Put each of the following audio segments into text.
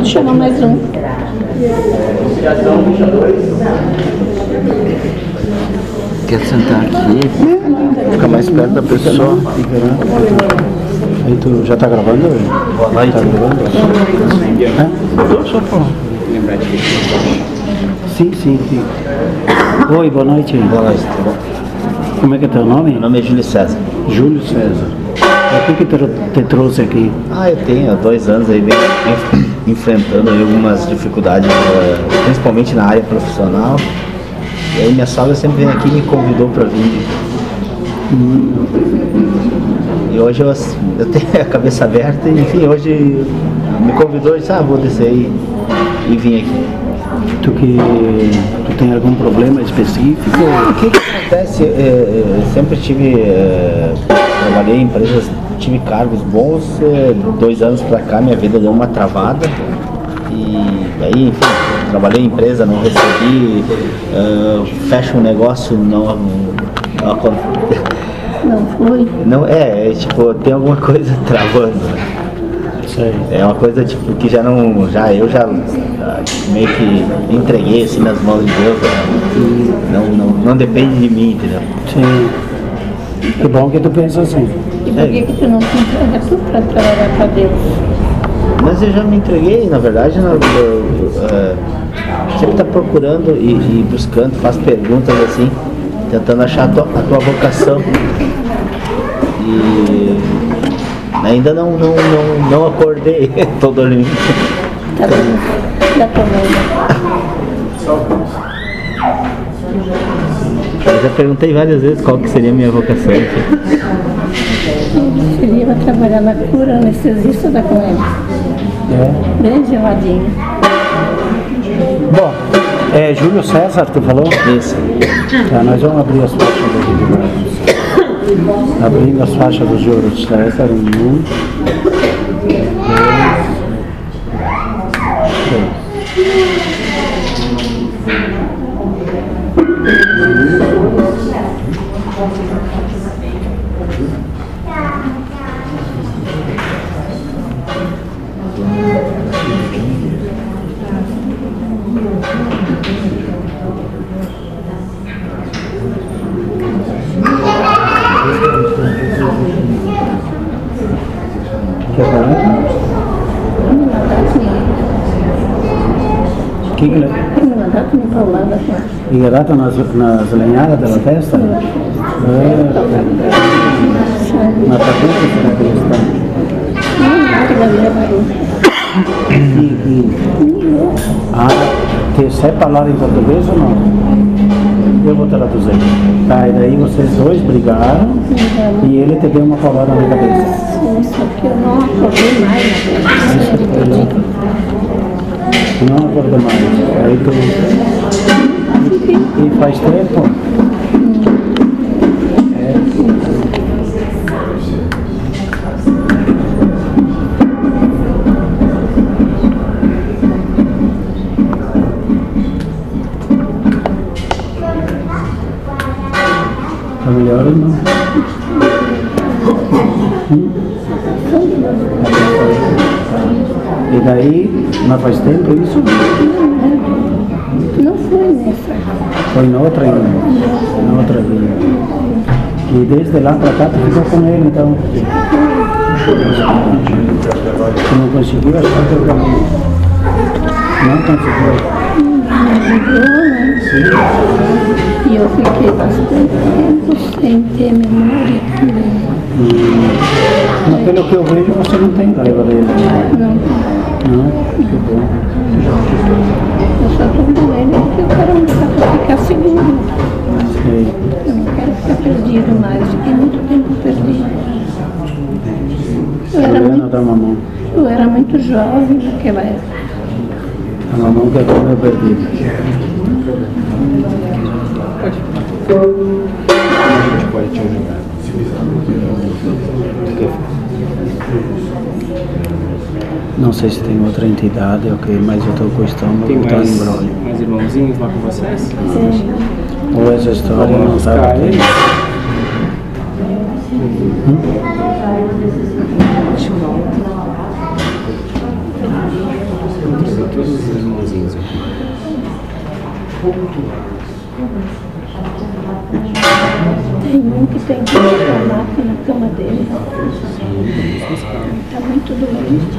chamar mais um. Quer sentar aqui? Fica mais perto da pessoa. Aí tu já tá gravando? Boa noite. Tá gravando? Só pra lembrar de Sim. Oi, boa noite. Boa noite, tá bom? Como é que é teu nome? Meu nome é Júlio César. Júlio César. O que te trouxe aqui? Eu tenho há 2 anos aí enfrentando aí algumas dificuldades, principalmente na área profissional. E aí minha sogra sempre vem aqui e me convidou para vir. E hoje eu tenho a cabeça aberta e enfim, hoje me convidou e disse, vou descer e vim aqui. Tu tem algum problema específico? O que acontece? Eu sempre trabalhei em empresas, tive cargos bons, 2 anos pra cá minha vida deu uma travada e aí, enfim, trabalhei em empresa, não recebi, fecha um negócio, não foi? Não, tipo, tem alguma coisa travando, né? É uma coisa tipo que eu já meio que entreguei assim nas mãos de Deus, né? Não depende de mim, entendeu? Sim. Que bom que tu pensa assim. E por que tu não se entrega tu para trabalhar para Deus? Mas eu já me entreguei, na verdade, sempre tá procurando e buscando, faz perguntas assim, tentando achar a tua vocação. E ainda não acordei, tô dormindo. Tá bom, dá pra Eu já perguntei várias vezes qual que seria a minha vocação. Seria trabalhar na cura, anestesista da Coelho. Bem geladinho. Bom, é Júlio César, tu falou? Isso. Tá, nós vamos abrir as faixas do Abrindo as faixas do Júlio César. 1, 2, 3. Quer falar? O que que ele... Hidrata nas lenhadas da testa? Na cabeça será que ele está? Você sabe falar em português ou não? Eu vou traduzir. Tá, e daí vocês dois brigaram e ele te deu uma palavra na cabeça. Só que eu não acordei mais na cabeça. Não acordou mais. Aí tu... E faz tempo? Tá melhor ou não? E daí, mas faz tempo isso? Não foi nessa. Foi na outra vida. E desde lá pra cá tu ficou com ele, então. Tu não conseguiu achar teu caminho? Não conseguiu? E eu fiquei bastante tempo sem ter memória. Mas pelo que eu vejo, você não tem raiva dele. Não? Que bom. Eu só estou com ele porque eu quero um lugar para ficar seguro. Sei. Eu não quero ficar perdido mais. Fiquei muito tempo perdido. Eu era muito jovem naquela época. A mamão quer comer perdido. A gente pode te ajudar. Não sei se tem outra entidade ou okay, mas eu estou com o estômago que está em brolho. Mais irmãozinhos lá com vocês? Ou essa história não está aqui. os irmãozinhos aqui. Tem um que tem que reclamar aqui na cama dele. Está muito doente.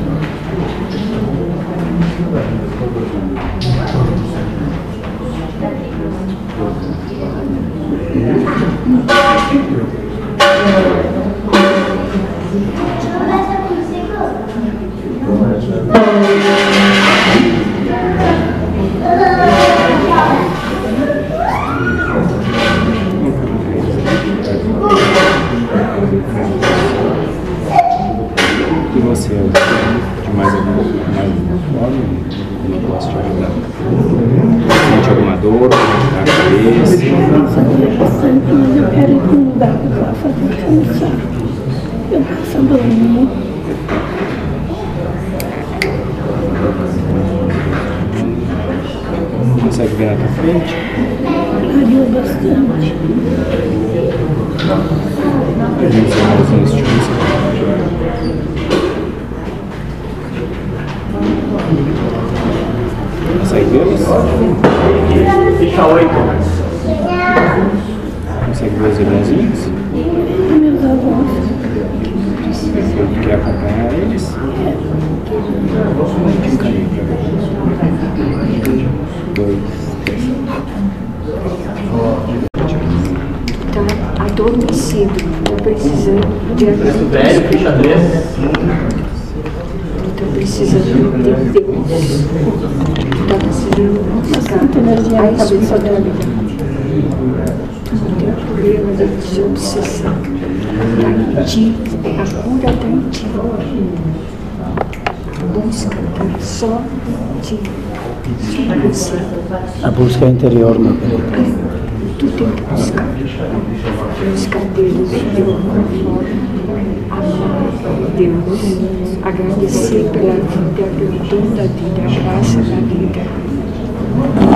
E você, de mais alguma forma, eu posso te ajudar? Sente alguma dor, na cabeça? Sabia bastante, mas eu quero ir para um lugar que eu vá fazer descansar. Eu passo a dormir. Consegue ver na tua frente? Clareou bastante. Os irmãozinhos te usam. Consegue vê-los? Fica 8. Consegue ver os irmãozinhos? Meus avós. Você quer acompanhar eles? Um carinho pra ver. 2, 3. Tá adormecido, tá precisando de ajuda. Velho, ficha 3. Tá precisando de Deus. Tá precisando Bastante energia buscar na a cabeça dela. espiritualidade. Tem problema de obsessão. Tá em ti, a cura tá em ti. Busca, tá só em ti. Só você. A busca interior, meu querido. Tu tem que buscar. Buscar Deus de alguma forma. Amar Deus. Agradecer pela vida, pelo dom da vida, a graça da vida.